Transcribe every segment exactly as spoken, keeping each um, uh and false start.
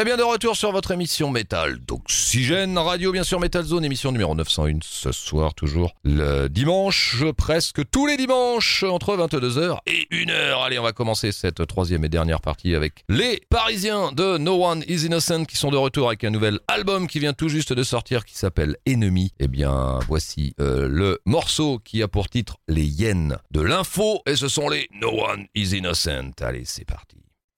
Eh bien, de retour sur votre émission Métal d'Oxygène Radio, bien sûr, Metal Zone, émission numéro neuf cent un ce soir, toujours le dimanche, presque tous les dimanches, entre vingt-deux heures et une heure. Allez, on va commencer cette troisième et dernière partie avec les Parisiens de No One Is Innocent qui sont de retour avec un nouvel album qui vient tout juste de sortir qui s'appelle Ennemi. Eh bien, voici euh, le morceau qui a pour titre Les Hyènes de l'info et ce sont les No One Is Innocent. Allez, c'est parti.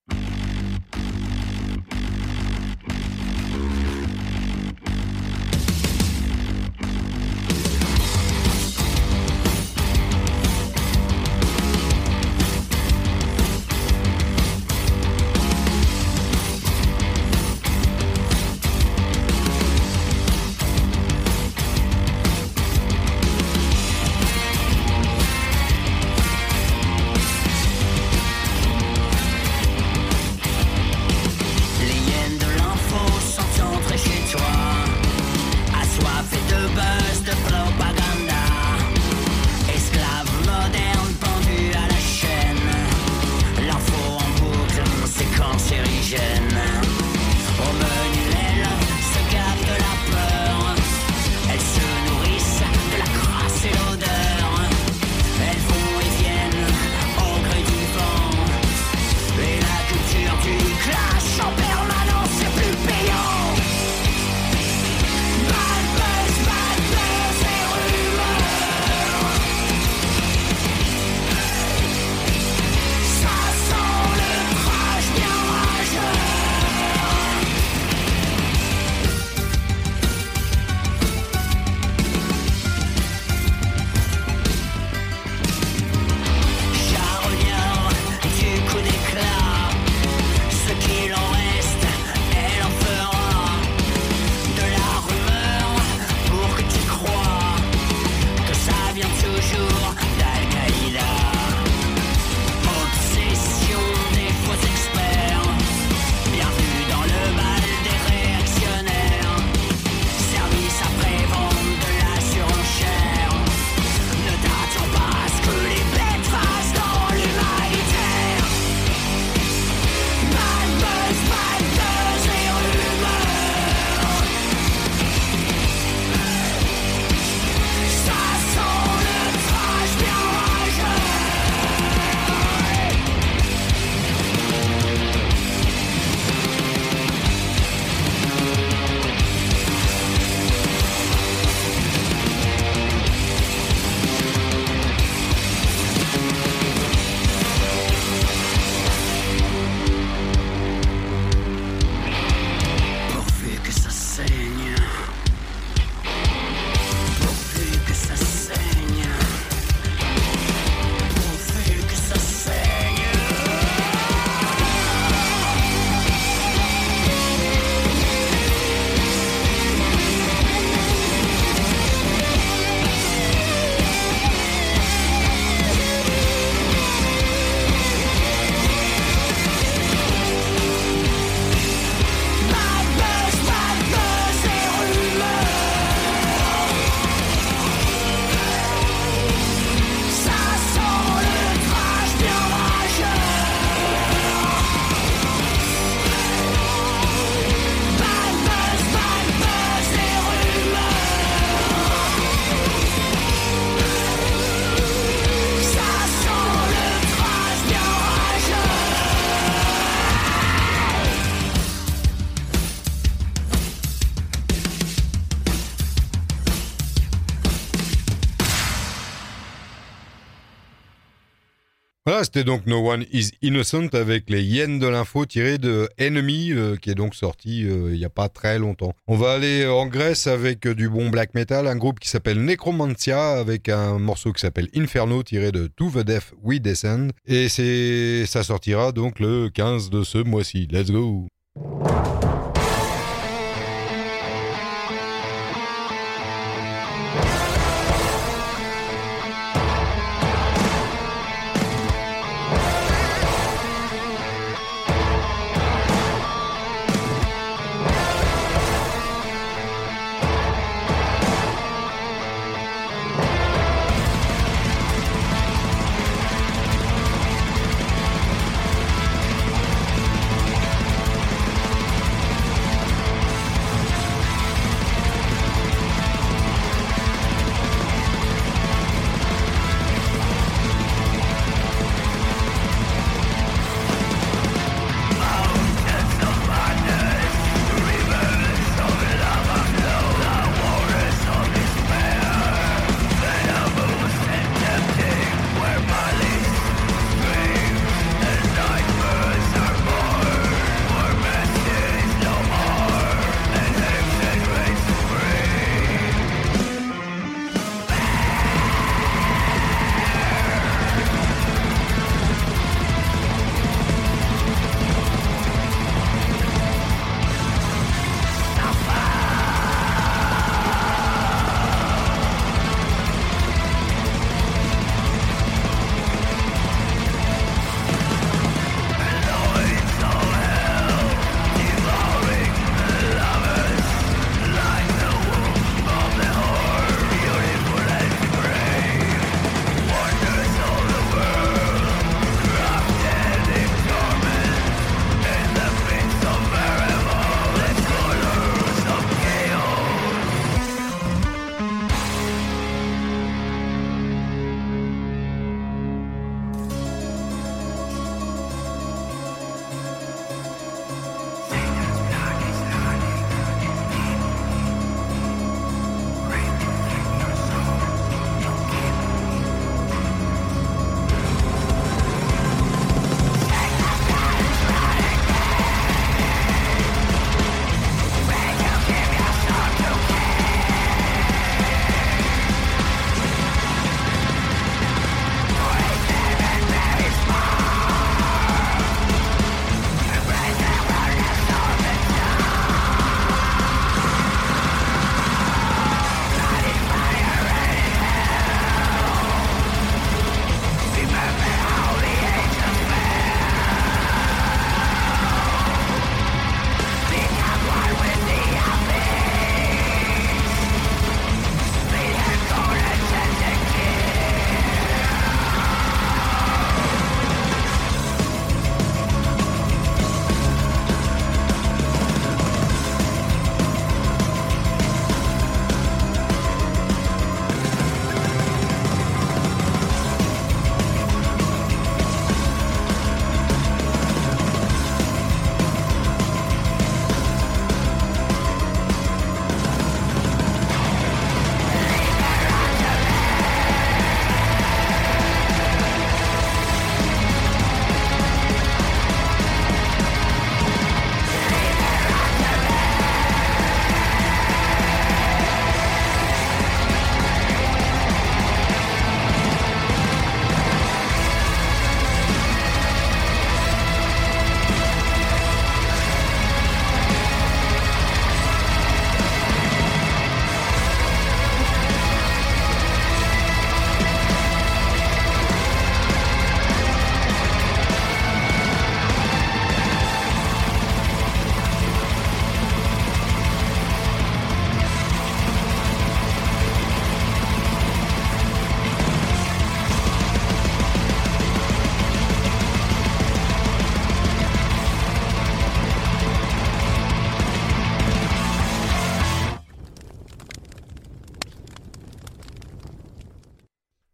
Voilà, c'était donc No One Is Innocent avec les hyènes de l'info tirées de Ennemi, euh, qui est donc sorti euh, il n'y a pas très longtemps. On va aller en Grèce avec euh, du bon black metal, un groupe qui s'appelle Necromantia avec un morceau qui s'appelle Inferno tiré de To The Death We Descend. Et c'est, ça sortira donc le quinze de ce mois-ci. Let's go!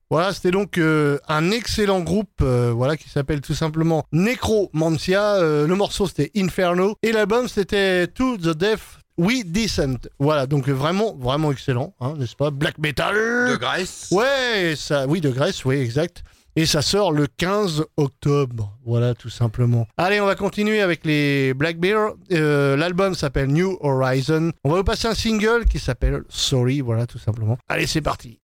Voilà, c'était donc euh, un excellent groupe euh, voilà, qui s'appelle tout simplement Necromancia. Euh, le morceau c'était Inferno et l'album c'était To the Death We Descent. Voilà, donc vraiment, vraiment excellent, hein, n'est-ce pas? Black metal. De Grèce. Ouais, ça, oui, de Grèce, oui, exact. Et ça sort le quinze octobre. Voilà, tout simplement. Allez, on va continuer avec les Blackbeard. Euh, l'album s'appelle New Horizon. On va vous passer un single qui s'appelle Sorry. Voilà, tout simplement. Allez, c'est parti.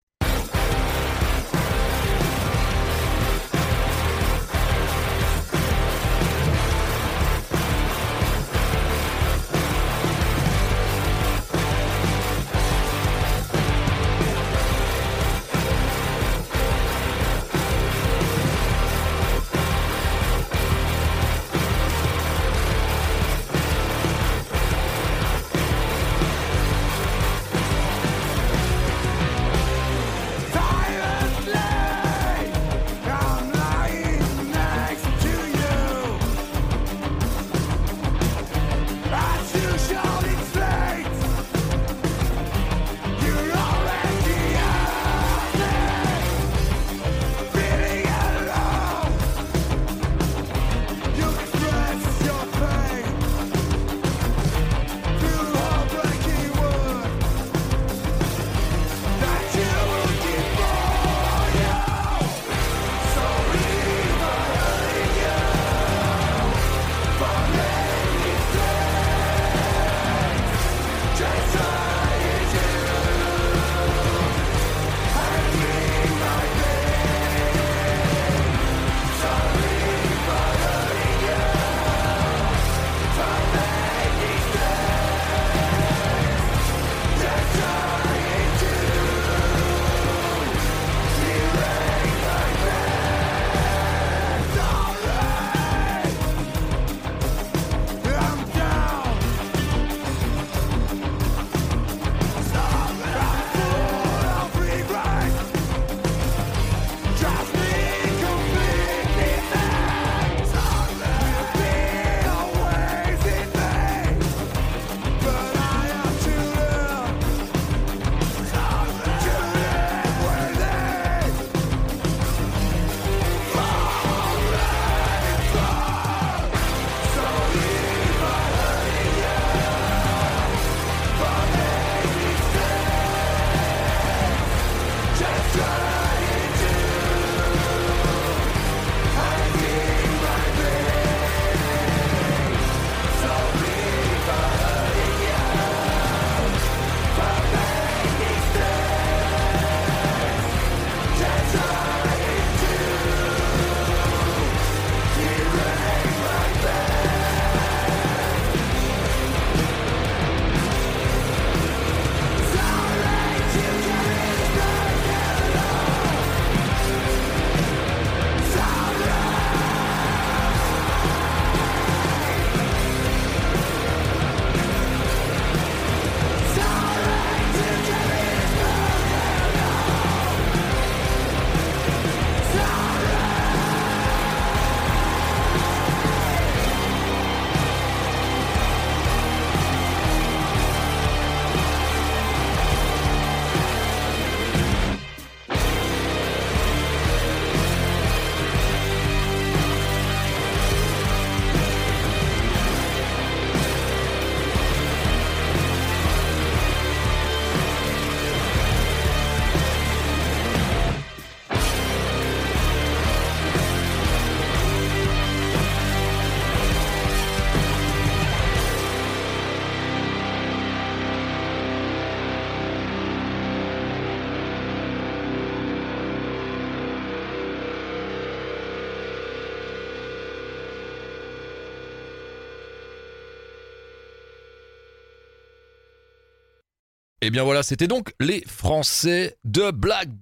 Et bien voilà, c'était donc les Français de Blackbeard.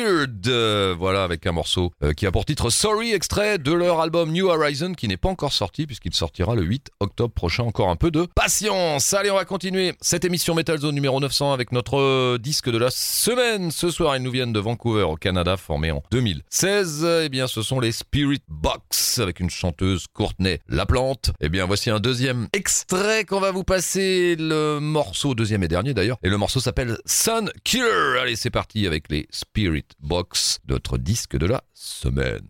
Euh, voilà, avec un morceau euh, qui a pour titre Sorry, extrait de leur album New Horizon qui n'est pas encore sorti puisqu'il sortira le huit octobre prochain. Encore un peu de patience. Allez, on va continuer cette émission Metal Zone numéro neuf cents avec notre euh, disque de la semaine. Ce soir, ils nous viennent de Vancouver au Canada, formés en deux mille seize. Eh bien, ce sont les Spirit Box avec une chanteuse Courtney Laplante. Eh bien, voici un deuxième extrait qu'on va vous passer. Le morceau, deuxième et dernier d'ailleurs. Et le morceau s'appelle Sun Killer. Allez, c'est parti avec les Spirit Box, notre disque de la semaine.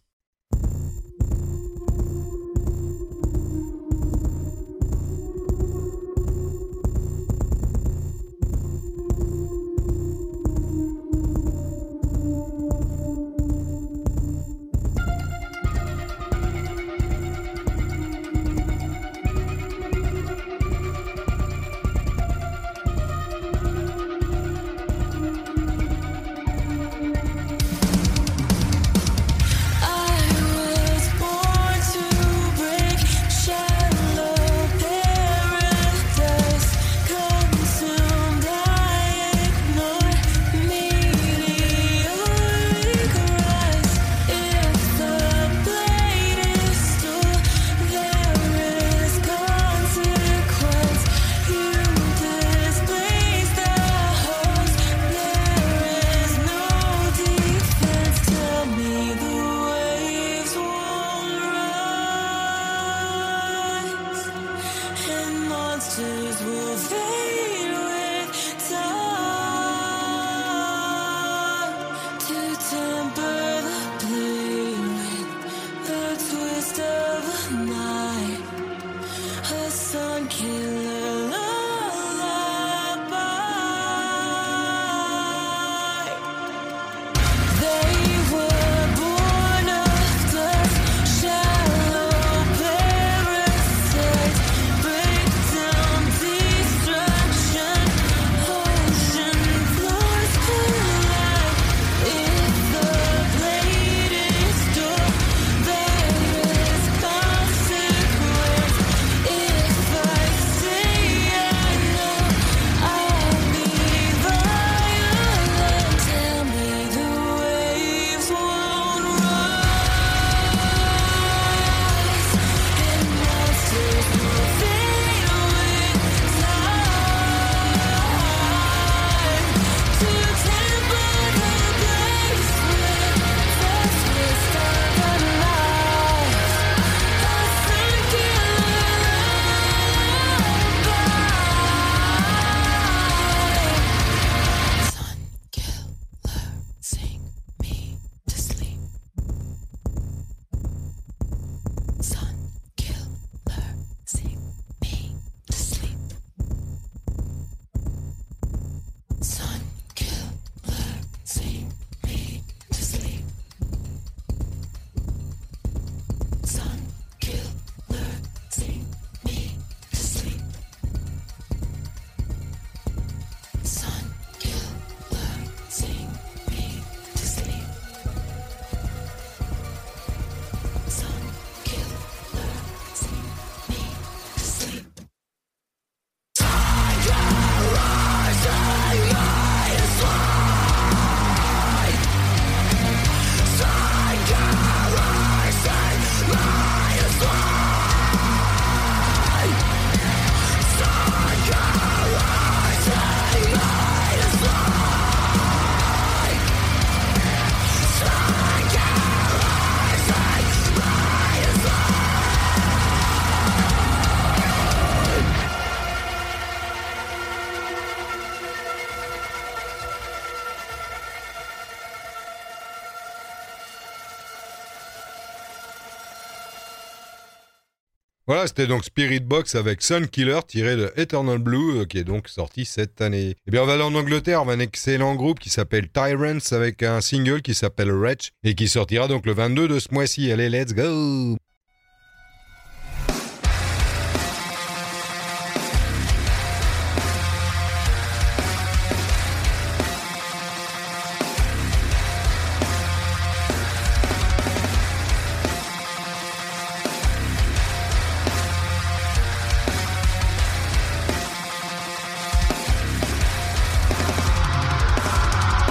Voilà, c'était donc Spirit Box avec Sun Killer tiré de Eternal Blue euh, qui est donc sorti cette année. Et bien on va aller en Angleterre, on a un excellent groupe qui s'appelle Tyrants avec un single qui s'appelle Wretch et qui sortira donc le vingt-deux de ce mois-ci. Allez, let's go!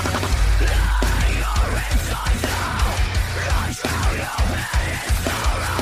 It's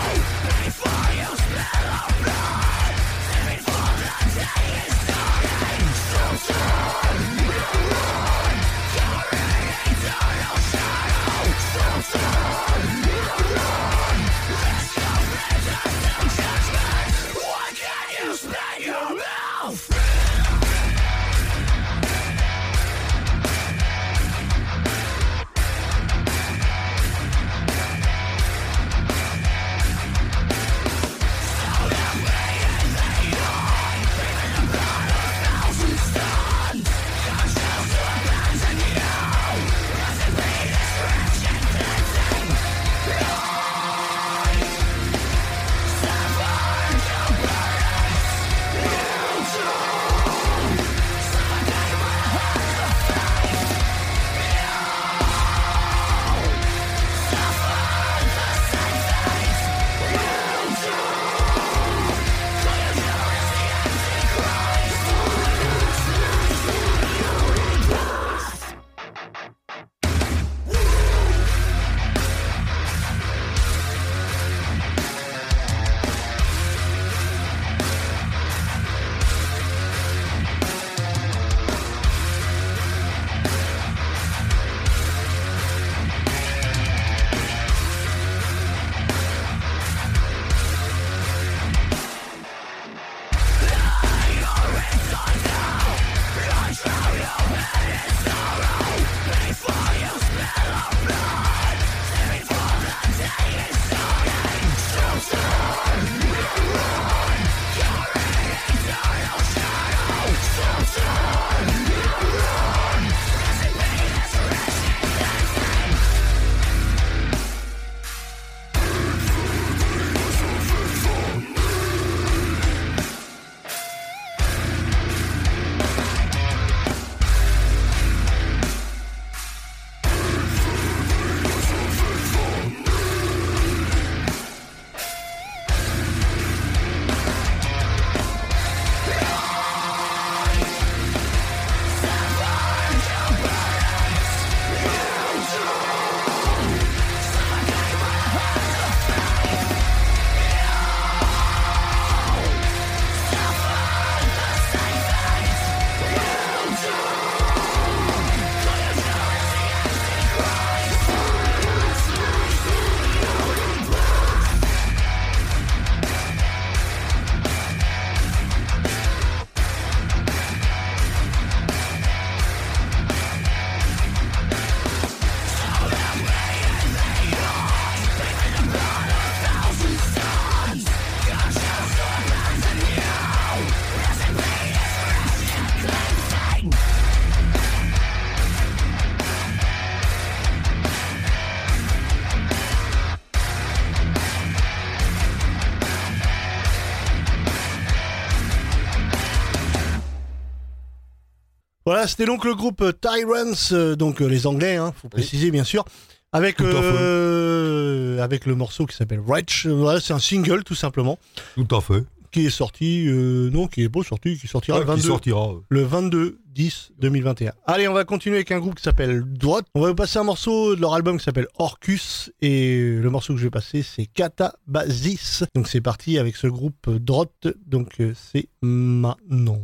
Voilà, c'était donc le groupe Tyrants, euh, donc euh, les Anglais, hein, faut préciser bien sûr, avec, Tout à euh, avec le morceau qui s'appelle Wretch. Voilà, c'est un single tout simplement, Tout à fait. qui est sorti, euh, non, qui est pas sorti, qui sortira le Ah, qui vingt-deux, sortira. le vingt-deux dix deux mille vingt et un. Allez, on va continuer avec un groupe qui s'appelle Drot. On va vous passer un morceau de leur album qui s'appelle Orcus, et le morceau que je vais passer c'est Catabasis. Donc c'est parti avec ce groupe Drot, donc euh, c'est maintenant.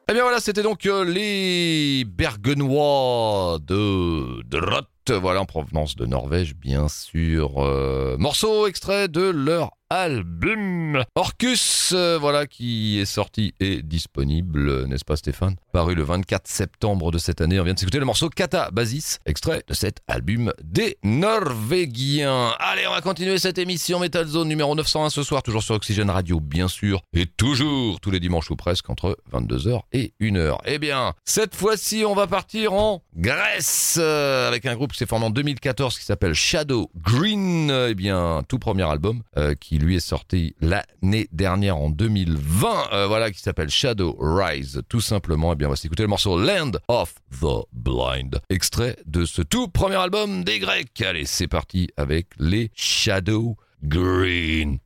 Eh bien voilà, c'était donc euh, les Bergenois de Drott, voilà, en provenance de Norvège, bien sûr. Euh, morceau extrait de leur album Orcus, euh, voilà, qui est sorti et disponible, n'est-ce pas Stéphane? Paru le vingt-quatre septembre de cette année. On vient de s'écouter le morceau Kata Basis, extrait de cet album des Norvégiens. Allez, on va continuer cette émission Metal Zone numéro neuf cent un ce soir, toujours sur Oxygène Radio, bien sûr, et toujours tous les dimanches ou presque entre vingt-deux heures et une heure. Eh bien, cette fois-ci, on va partir en Grèce euh, avec un groupe qui s'est formé en deux mille quatorze qui s'appelle Shadow Green. Eh bien, tout premier album euh, qui lui est sorti l'année dernière en deux mille vingt, euh, voilà, qui s'appelle Shadow Rise, tout simplement. Eh bien, on va s'écouter le morceau Land of the Blind, extrait de ce tout premier album des Grecs. Allez, c'est parti avec les Shadow Green.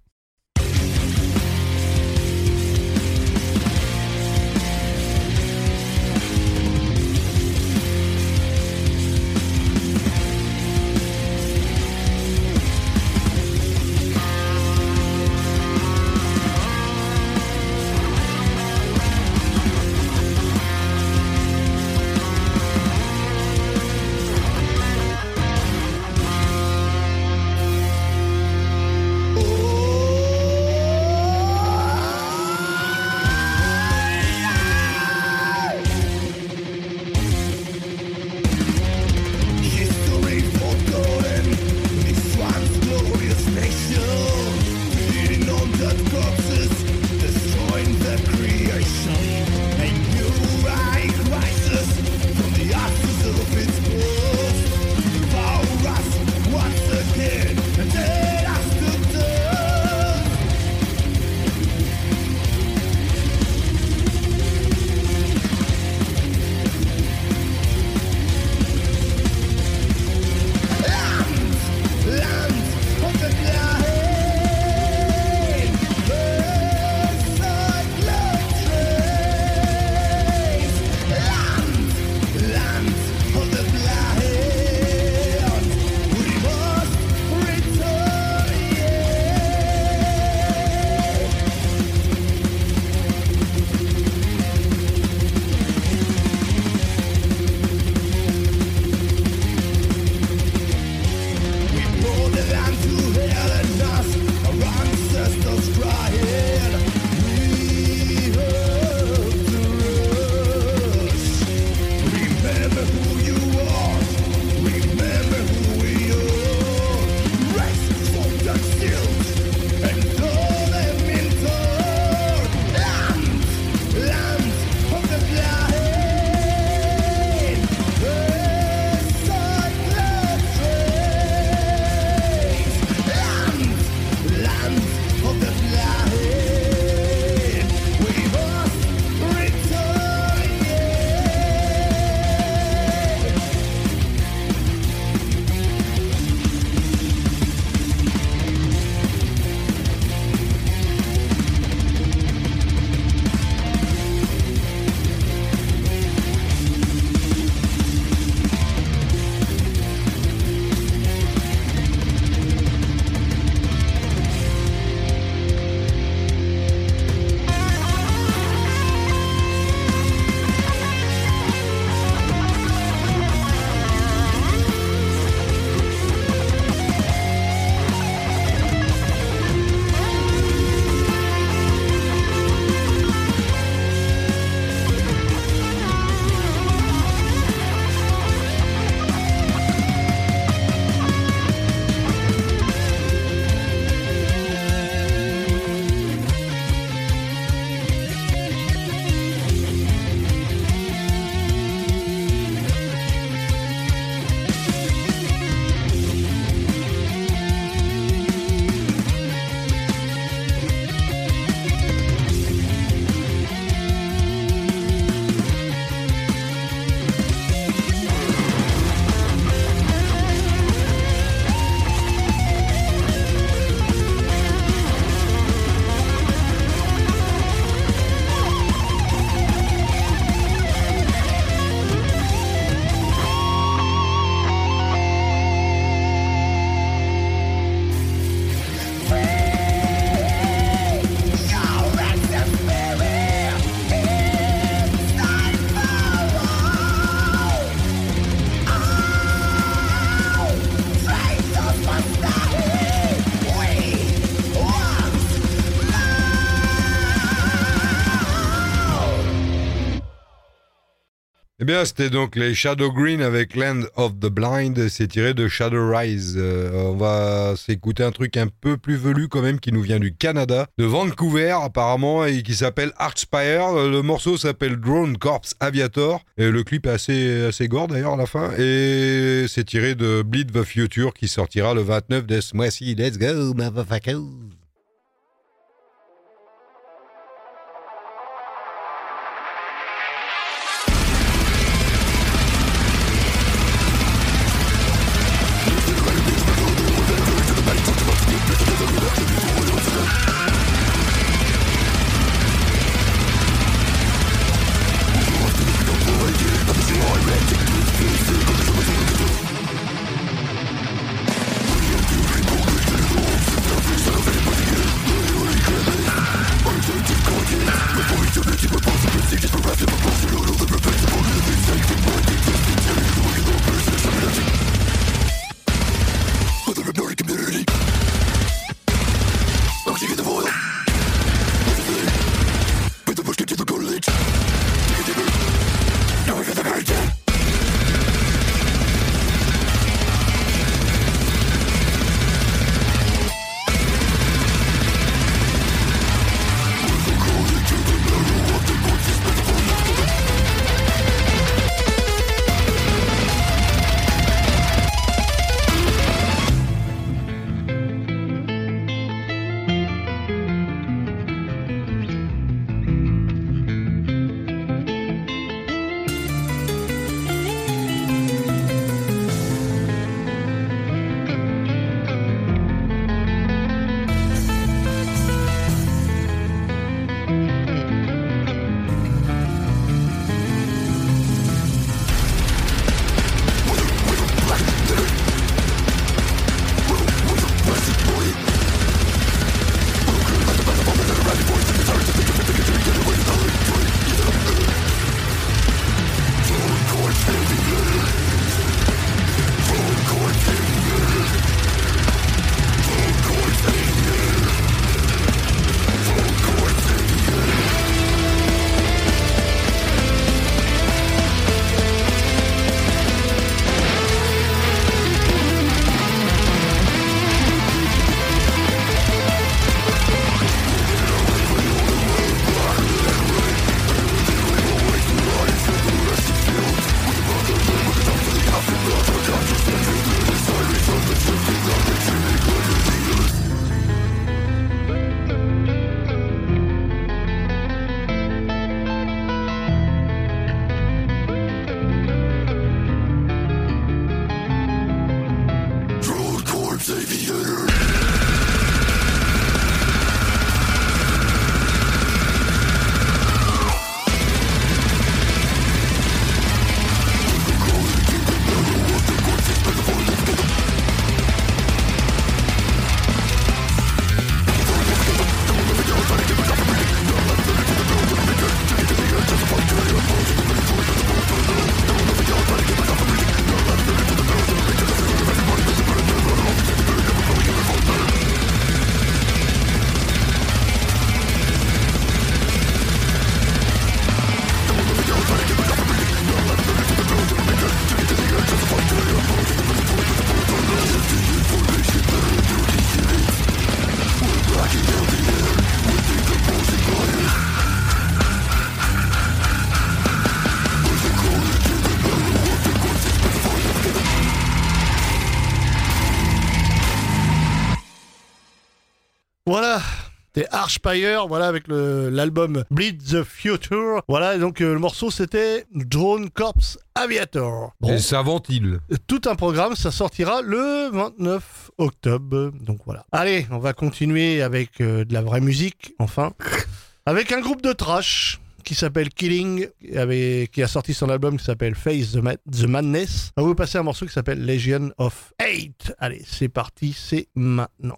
Oh Eh bien, c'était donc les Shadow Green avec Land of the Blind. C'est tiré de Shadow Rise. Euh, on va s'écouter un truc un peu plus velu quand même qui nous vient du Canada, de Vancouver apparemment, et qui s'appelle Archspire. Le morceau s'appelle Drone Corps Aviator. Et le clip est assez, assez gore d'ailleurs à la fin. Et c'est tiré de Bleed the Future qui sortira le vingt-neuf de ce mois-ci. Let's go, motherfuckers! Voilà, c'était Archspire, voilà, avec le, l'album Bleed the Future. Voilà, et donc euh, le morceau c'était Drone Corps Aviator. Bon. Et ça ventile. Tout un programme, ça sortira le vingt-neuf octobre. Donc voilà. Allez, on va continuer avec euh, de la vraie musique, enfin. Avec un groupe de trash qui s'appelle Killing, avec, qui a sorti son album qui s'appelle Face the, Ma- the Madness. On va vous passer un morceau qui s'appelle Legion of Hate. Allez, c'est parti, c'est maintenant.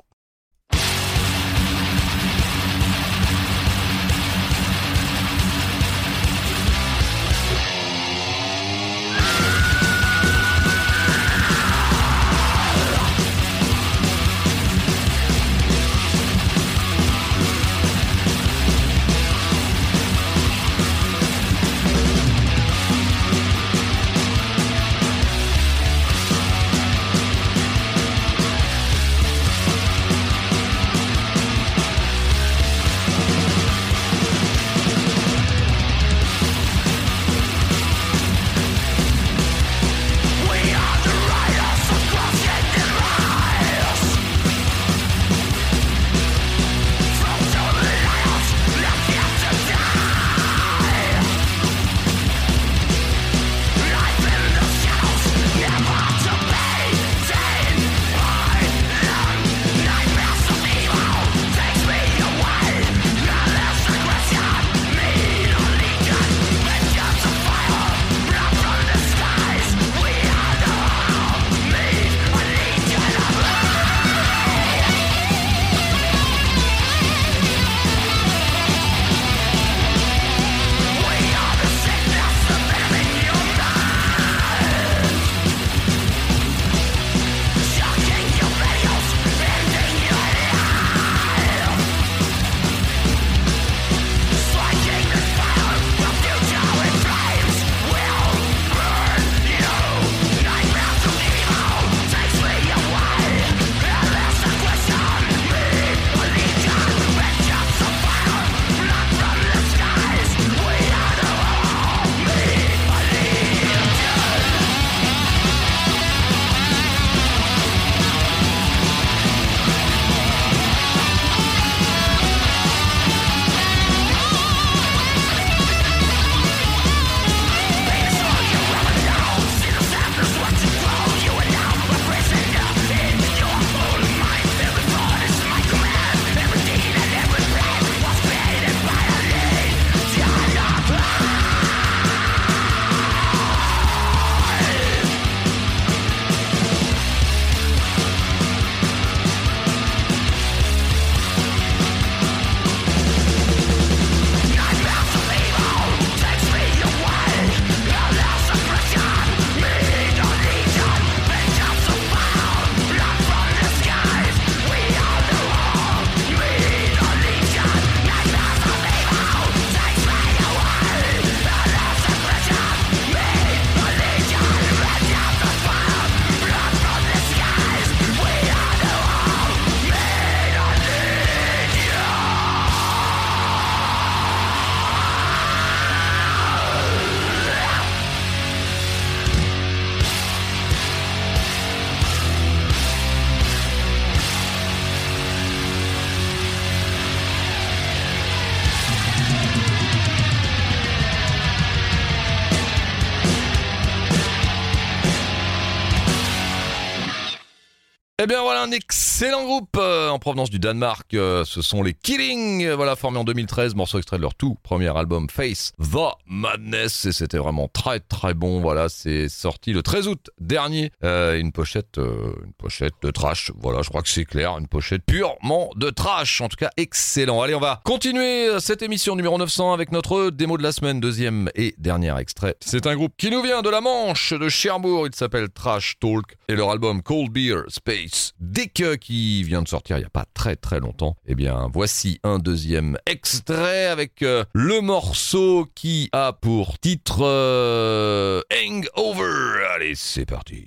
Eh bien voilà un excellent groupe euh, en provenance du Danemark, euh, ce sont les Killing, euh, voilà, formés en deux mille treize, morceau extrait de leur tout premier album Face the Madness, et c'était vraiment très très bon, voilà, c'est sorti le treize août dernier, euh, une pochette euh, une pochette de trash, voilà, je crois que c'est clair, une pochette purement de trash, en tout cas excellent. Allez, on va continuer cette émission numéro neuf cents avec notre démo de la semaine, deuxième et dernier extrait. C'est un groupe qui nous vient de la Manche, de Cherbourg, il s'appelle Trash Talk, et leur album Cold Beer Space Dick qui vient de sortir il n'y a pas très très longtemps. Eh bien, voici un deuxième extrait avec euh, le morceau qui a pour titre euh, Hangover. Allez, c'est parti.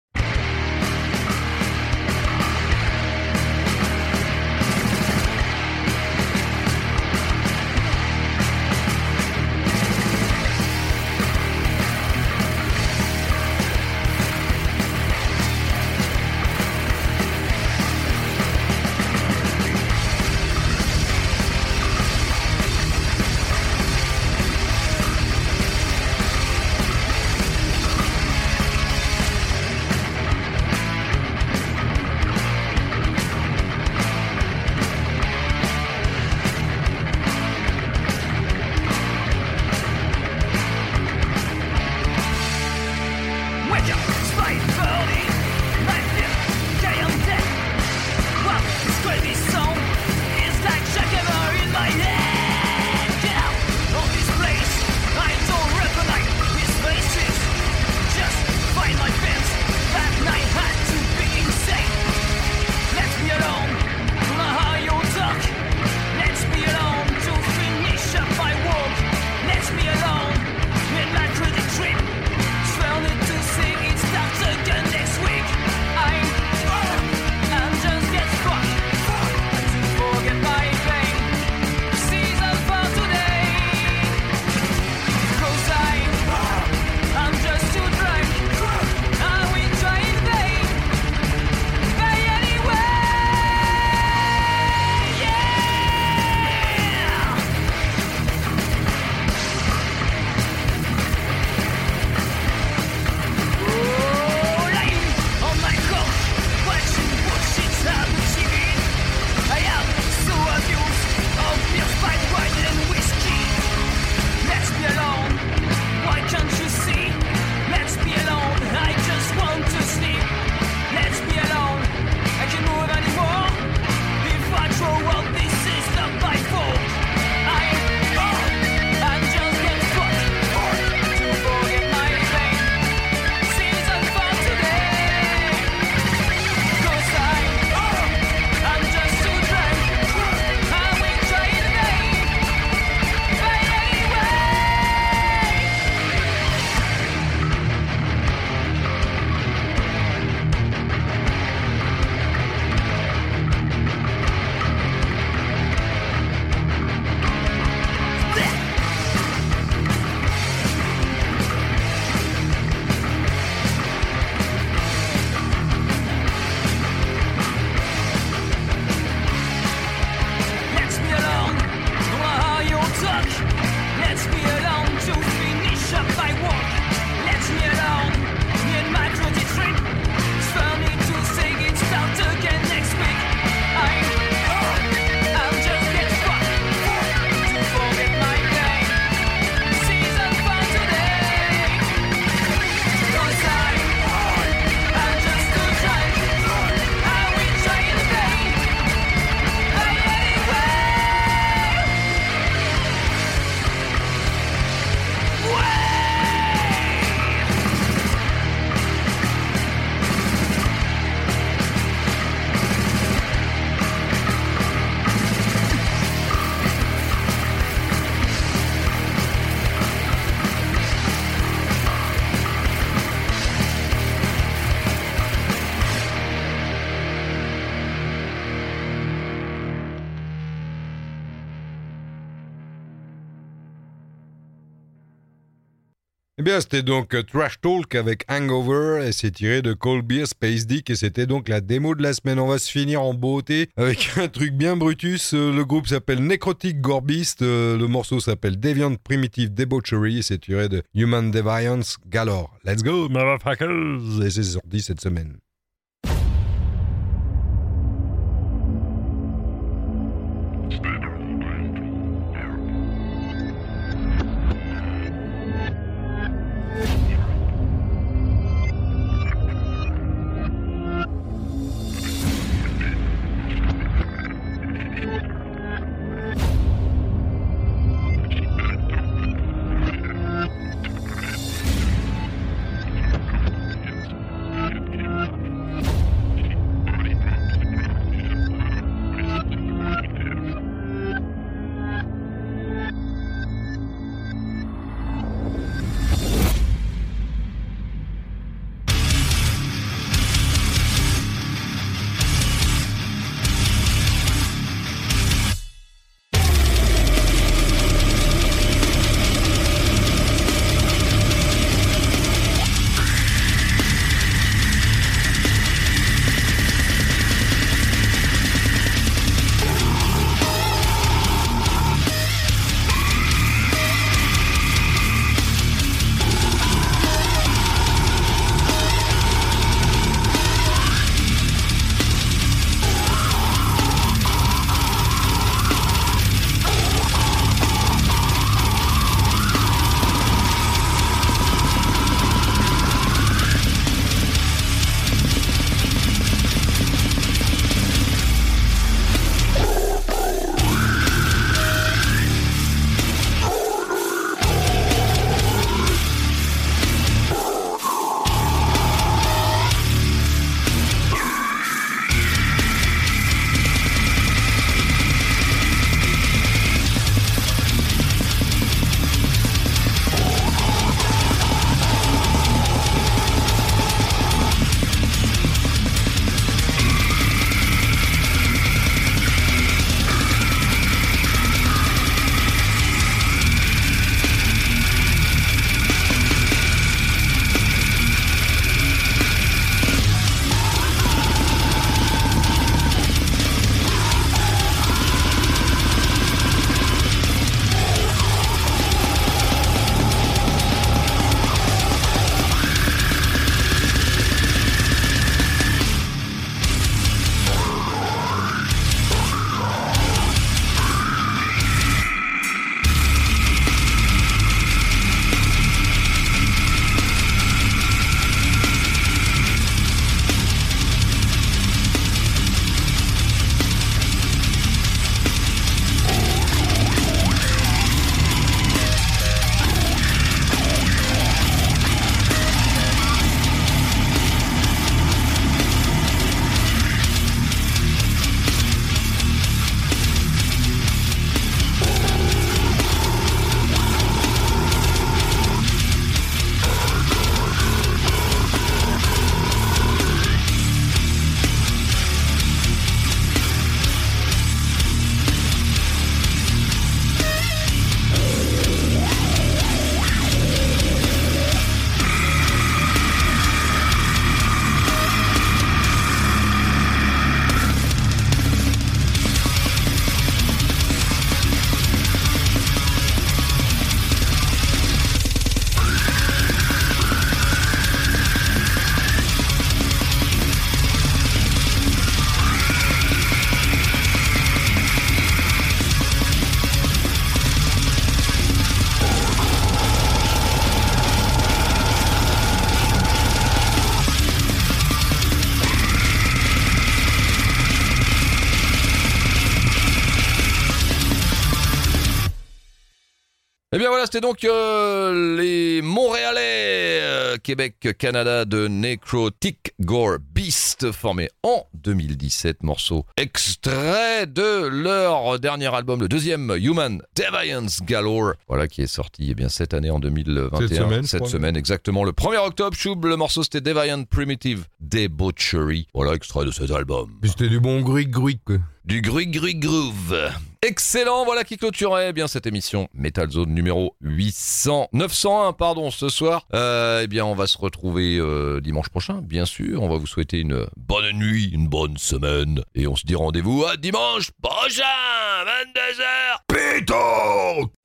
Eh bien, c'était donc Trash Talk avec Hangover et c'est tiré de Cold Beer Space Dick et c'était donc la démo de la semaine. On va se finir en beauté avec un truc bien Brutus. Le groupe s'appelle Necrotic Gorbist, le morceau s'appelle Deviant Primitive Debauchery et c'est tiré de Human Deviance Galore. Let's go, motherfuckers! Et c'est sorti cette semaine. Eh bien voilà, c'était donc euh, les Montréalais, euh, Québec, Canada de Necrotic Gore Beast, formés en deux mille dix-sept, morceau extrait de leur dernier album, le deuxième, Human Deviance Galore, voilà, qui est sorti eh bien, cette année en deux mille vingt et un. Cette semaine, Cette semaine, exactement, le premier octobre, Choub, le morceau c'était Deviant Primitive Debauchery, voilà, extrait de cet album. Puis c'était du bon gruic gruic quoi. Du Gruig Gruig Groove. Excellent, voilà qui clôturait eh bien cette émission Metal Zone numéro huit cents, neuf cent un pardon ce soir. Euh, eh bien on va se retrouver euh, dimanche prochain, bien sûr. On va vous souhaiter une bonne nuit, une bonne semaine et on se dit rendez-vous à dimanche prochain, vingt-deux heures. Pétanque.